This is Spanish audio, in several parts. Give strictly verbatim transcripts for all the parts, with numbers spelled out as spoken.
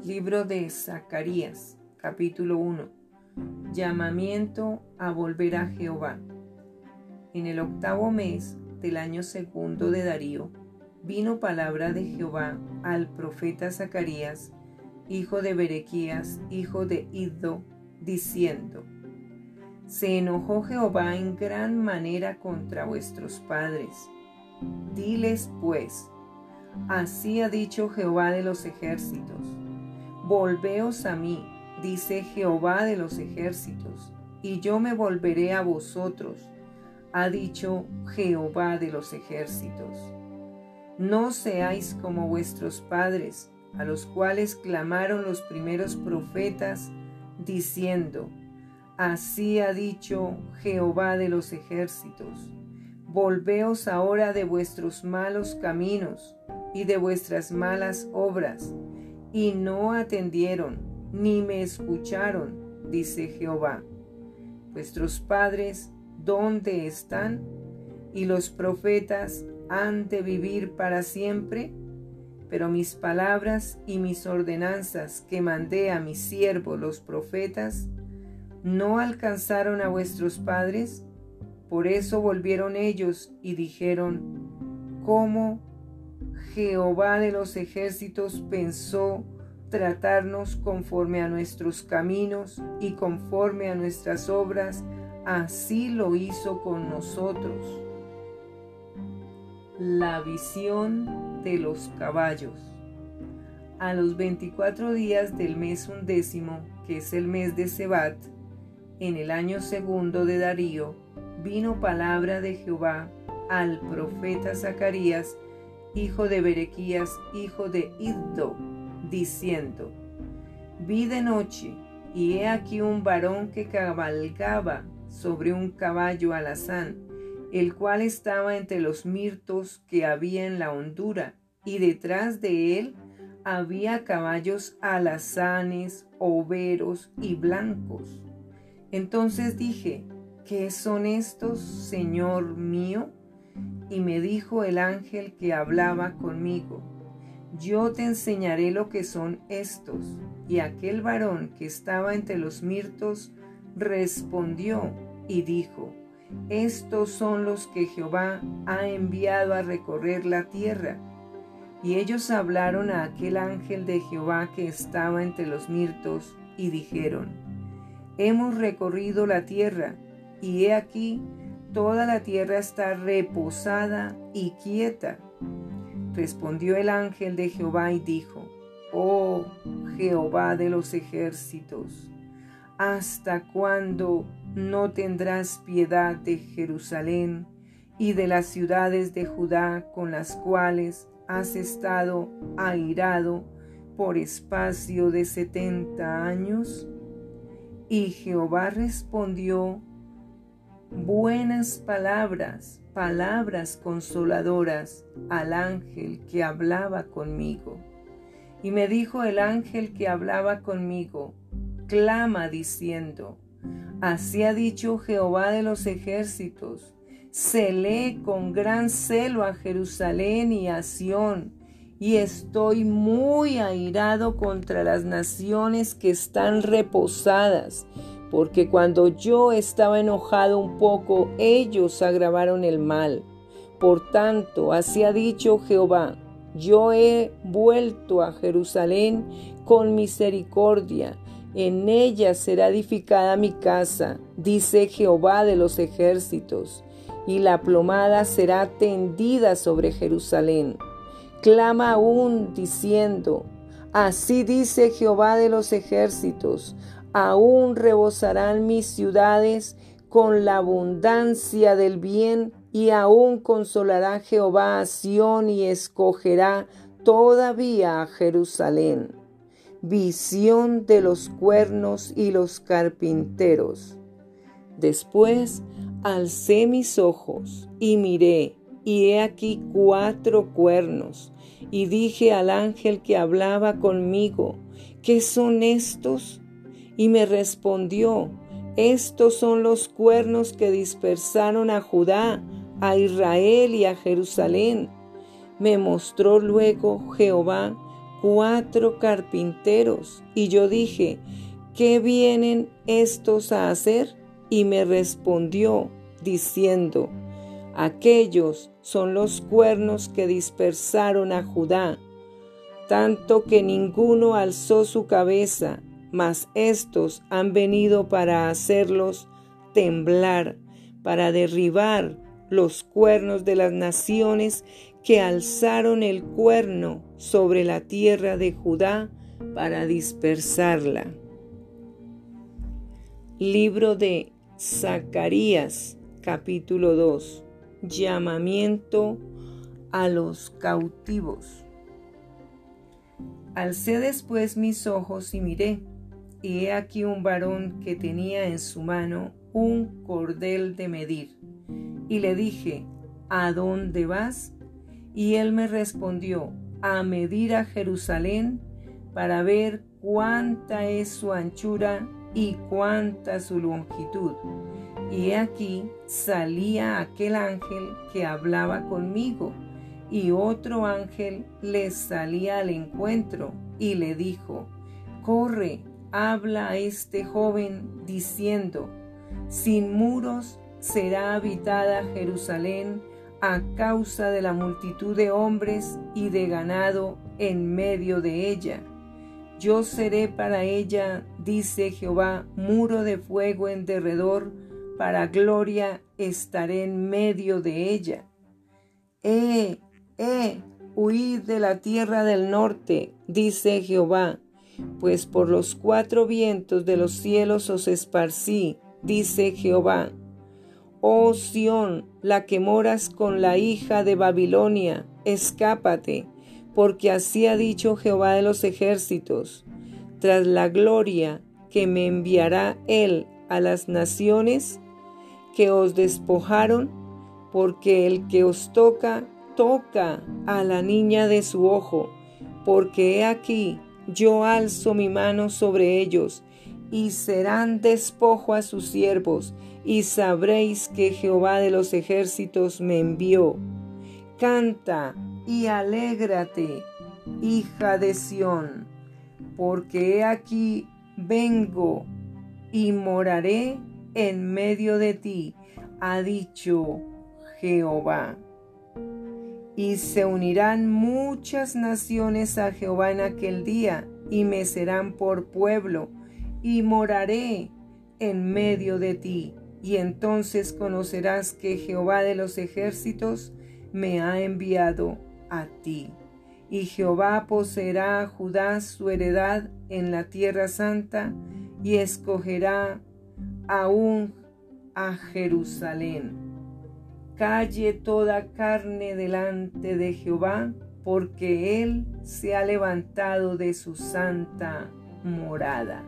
Libro de Zacarías, capítulo uno. Llamamiento a volver a Jehová. En el octavo mes del año segundo de Darío, vino palabra de Jehová al profeta Zacarías, hijo de Berequías, hijo de Iddo, diciendo: Se enojó Jehová en gran manera contra vuestros padres. Diles pues: Así ha dicho Jehová de los ejércitos: Volveos a mí, dice Jehová de los ejércitos, y yo me volveré a vosotros, ha dicho Jehová de los ejércitos. No seáis como vuestros padres, a los cuales clamaron los primeros profetas, diciendo: Así ha dicho Jehová de los ejércitos. Volveos ahora de vuestros malos caminos y de vuestras malas obras. Y no atendieron, ni me escucharon, dice Jehová. Vuestros padres, ¿dónde están? ¿Y los profetas han de vivir para siempre? Pero mis palabras y mis ordenanzas que mandé a mis siervos los profetas, ¿no alcanzaron a vuestros padres? Por eso volvieron ellos y dijeron: ¿Cómo Jehová de los ejércitos pensó tratarnos conforme a nuestros caminos y conforme a nuestras obras? Así lo hizo con nosotros. La visión de los caballos. A los veinticuatro días del mes undécimo, que es el mes de Sebat, en el año segundo de Darío, vino palabra de Jehová al profeta Zacarías, hijo de Berequías, hijo de Iddo, diciendo: Vi de noche, y he aquí un varón que cabalgaba sobre un caballo alazán, el cual estaba entre los mirtos que había en la hondura, y detrás de él había caballos alazanes, overos y blancos. Entonces dije: ¿Qué son estos, Señor mío? Y me dijo el ángel que hablaba conmigo: Yo te enseñaré lo que son estos. Y aquel varón que estaba entre los mirtos respondió y dijo: Estos son los que Jehová ha enviado a recorrer la tierra. Y ellos hablaron a aquel ángel de Jehová que estaba entre los mirtos y dijeron: Hemos recorrido la tierra, y he aquí toda la tierra está reposada y quieta. Respondió el ángel de Jehová y dijo: Oh Jehová de los ejércitos, ¿hasta cuándo no tendrás piedad de Jerusalén y de las ciudades de Judá con las cuales has estado airado por espacio de setenta años? Y Jehová respondió buenas palabras, palabras consoladoras al ángel que hablaba conmigo. Y me dijo el ángel que hablaba conmigo: Clama diciendo: Así ha dicho Jehová de los ejércitos, celé con gran celo a Jerusalén y a Sión, y estoy muy airado contra las naciones que están reposadas, porque cuando yo estaba enojado un poco, ellos agravaron el mal. Por tanto, así ha dicho Jehová: Yo he vuelto a Jerusalén con misericordia, en ella será edificada mi casa, dice Jehová de los ejércitos, y la plomada será tendida sobre Jerusalén. Clama aún diciendo: Así dice Jehová de los ejércitos, aún rebosarán mis ciudades con la abundancia del bien, y aún consolará Jehová a Sión y escogerá todavía a Jerusalén. Visión de los cuernos y los carpinteros. Después alcé mis ojos y miré, y he aquí cuatro cuernos, y dije al ángel que hablaba conmigo: ¿Qué son estos? Y me respondió: Estos son los cuernos que dispersaron a Judá, a Israel y a Jerusalén. Me mostró luego Jehová cuatro carpinteros. Y yo dije: ¿qué vienen estos a hacer? Y me respondió diciendo: aquellos son los cuernos que dispersaron a Judá, tanto que ninguno alzó su cabeza, mas estos han venido para hacerlos temblar, para derribar los cuernos de las naciones que alzaron el cuerno sobre la tierra de Judá para dispersarla. Libro de Zacarías, capítulo dos. Llamamiento a los cautivos. Alcé después mis ojos y miré, y he aquí un varón que tenía en su mano un cordel de medir. Y le dije: ¿a dónde vas? Y él me respondió: a medir a Jerusalén, para ver cuánta es su anchura y cuánta su longitud. Y he aquí salía aquel ángel que hablaba conmigo, y otro ángel le salía al encuentro, y le dijo: corre, habla a este joven, diciendo: sin muros será habitada Jerusalén a causa de la multitud de hombres y de ganado en medio de ella. Yo seré para ella, dice Jehová, muro de fuego en derredor, para gloria estaré en medio de ella. Eh, eh, huid de la tierra del norte, dice Jehová, pues por los cuatro vientos de los cielos os esparcí, dice Jehová. Oh Sión, la que moras con la hija de Babilonia, escápate, porque así ha dicho Jehová de los ejércitos: tras la gloria que me enviará él a las naciones que os despojaron, porque el que os toca, toca a la niña de su ojo, porque he aquí, yo alzo mi mano sobre ellos, y serán despojo a sus siervos, y sabréis que Jehová de los ejércitos me envió. Canta y alégrate, hija de Sión, porque he aquí vengo y moraré en medio de ti, ha dicho Jehová. Y se unirán muchas naciones a Jehová en aquel día, y me serán por pueblo, y moraré en medio de ti. Y entonces conocerás que Jehová de los ejércitos me ha enviado a ti. Y Jehová poseerá a Judá su heredad en la tierra santa, y escogerá aún a Jerusalén. Calle toda carne delante de Jehová, porque él se ha levantado de su santa morada.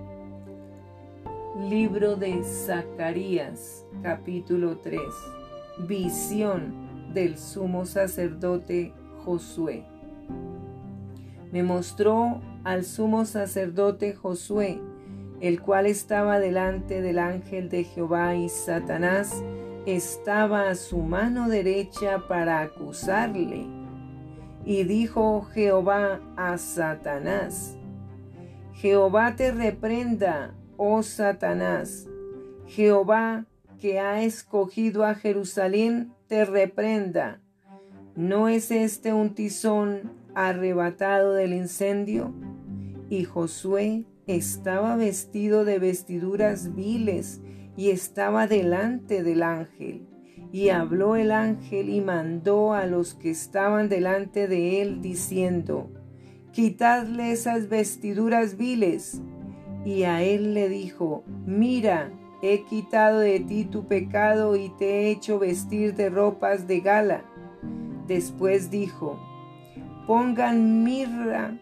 Libro de Zacarías, capítulo tres. Visión del sumo sacerdote Josué. Me mostró al sumo sacerdote Josué, el cual estaba delante del ángel de Jehová, y Satanás estaba a su mano derecha para acusarle. Y dijo Jehová a Satanás: Jehová te reprenda, oh Satanás. Jehová, que ha escogido a Jerusalén, te reprenda. ¿No es este un tizón arrebatado del incendio? Y Josué estaba vestido de vestiduras viles, y estaba delante del ángel. Y habló el ángel y mandó a los que estaban delante de él, diciendo: quitadle esas vestiduras viles. Y a él le dijo: mira, he quitado de ti tu pecado y te he hecho vestir de ropas de gala. Después dijo: pongan mirra,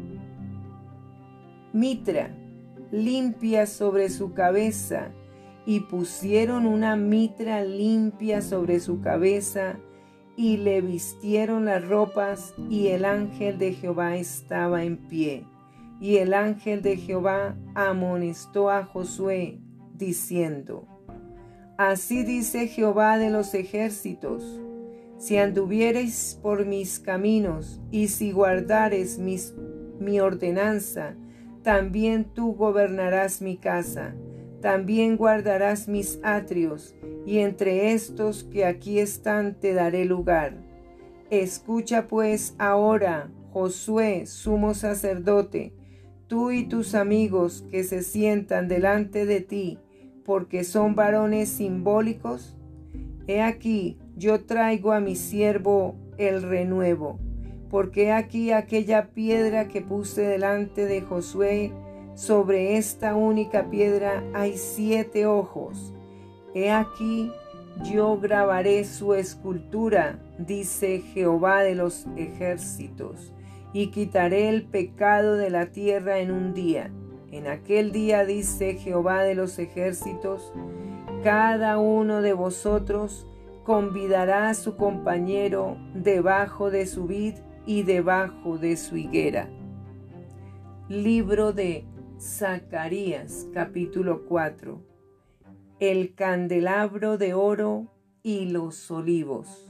mitra limpia sobre su cabeza. Y pusieron una mitra limpia sobre su cabeza, y le vistieron las ropas, y el ángel de Jehová estaba en pie. Y el ángel de Jehová amonestó a Josué, diciendo: así dice Jehová de los ejércitos: Si anduviereis por mis caminos, y si guardares mis, mi ordenanza, también tú gobernarás mi casa, también guardarás mis atrios, y entre estos que aquí están te daré lugar. Escucha pues ahora, Josué, sumo sacerdote, tú y tus amigos que se sientan delante de ti, porque son varones simbólicos. He aquí, yo traigo a mi siervo el renuevo, porque he aquí aquella piedra que puse delante de Josué, sobre esta única piedra hay siete ojos. He aquí, yo grabaré su escultura, dice Jehová de los ejércitos, y quitaré el pecado de la tierra en un día. En aquel día, dice Jehová de los ejércitos, cada uno de vosotros convidará a su compañero debajo de su vid y debajo de su higuera. Libro de Zacarías, capítulo cuatro. El candelabro de oro y los olivos.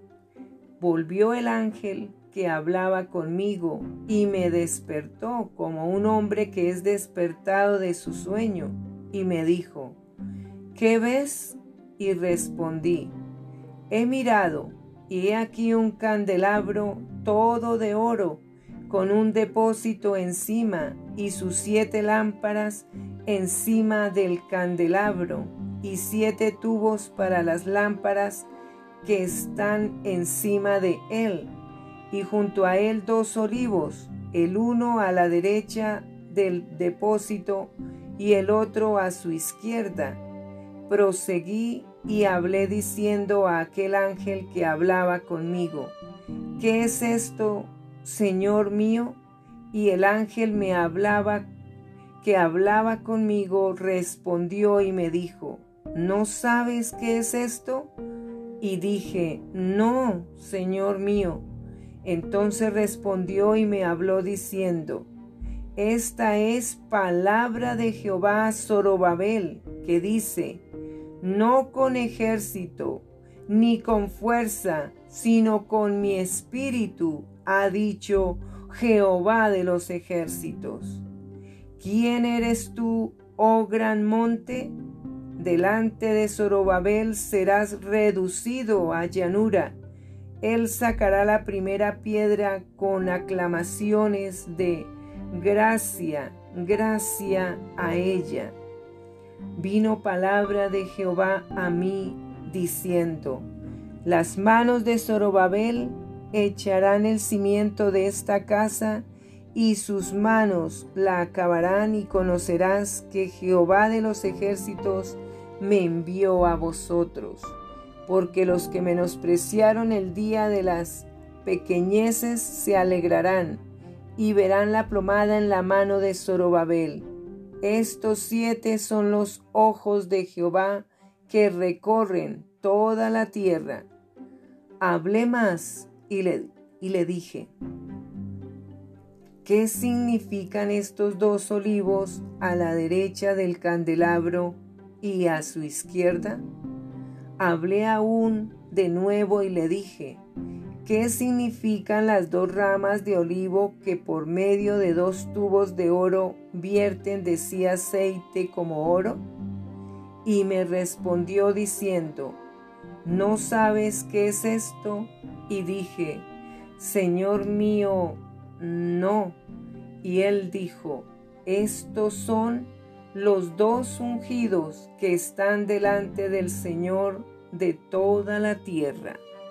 Volvió el ángel que hablaba conmigo y me despertó como un hombre que es despertado de su sueño, y me dijo: ¿qué ves? Y respondí: he mirado, y he aquí un candelabro todo de oro, con un depósito encima, y sus siete lámparas encima del candelabro, y siete tubos para las lámparas que están encima de él, y junto a él dos olivos, el uno a la derecha del depósito y el otro a su izquierda. Proseguí y hablé diciendo a aquel ángel que hablaba conmigo: ¿qué es esto, Señor mío? Y el ángel me hablaba, que hablaba conmigo, respondió y me dijo: ¿no sabes qué es esto? Y dije: no, Señor mío. Entonces respondió y me habló diciendo: esta es palabra de Jehová a Zorobabel, que dice: no con ejército, ni con fuerza, sino con mi espíritu, ha dicho Jehová de los ejércitos. ¿Quién eres tú, oh gran monte? Delante de Zorobabel serás reducido a llanura. Él sacará la primera piedra con aclamaciones de gracia, gracia a ella. Vino palabra de Jehová a mí, diciendo: las manos de Zorobabel echarán el cimiento de esta casa, y sus manos la acabarán, y conocerás que Jehová de los ejércitos me envió a vosotros. Porque los que menospreciaron el día de las pequeñeces se alegrarán, y verán la plomada en la mano de Zorobabel. Estos siete son los ojos de Jehová que recorren toda la tierra. Hablé más y le, y le dije: ¿qué significan estos dos olivos a la derecha del candelabro y a su izquierda? Hablé aún de nuevo y le dije: ¿qué significan las dos ramas de olivo que por medio de dos tubos de oro vierten de sí aceite como oro? Y me respondió diciendo: ¿no sabes qué es esto? Y dije: Señor mío, no. Y él dijo: estos son los dos ungidos que están delante del Señor de toda la tierra.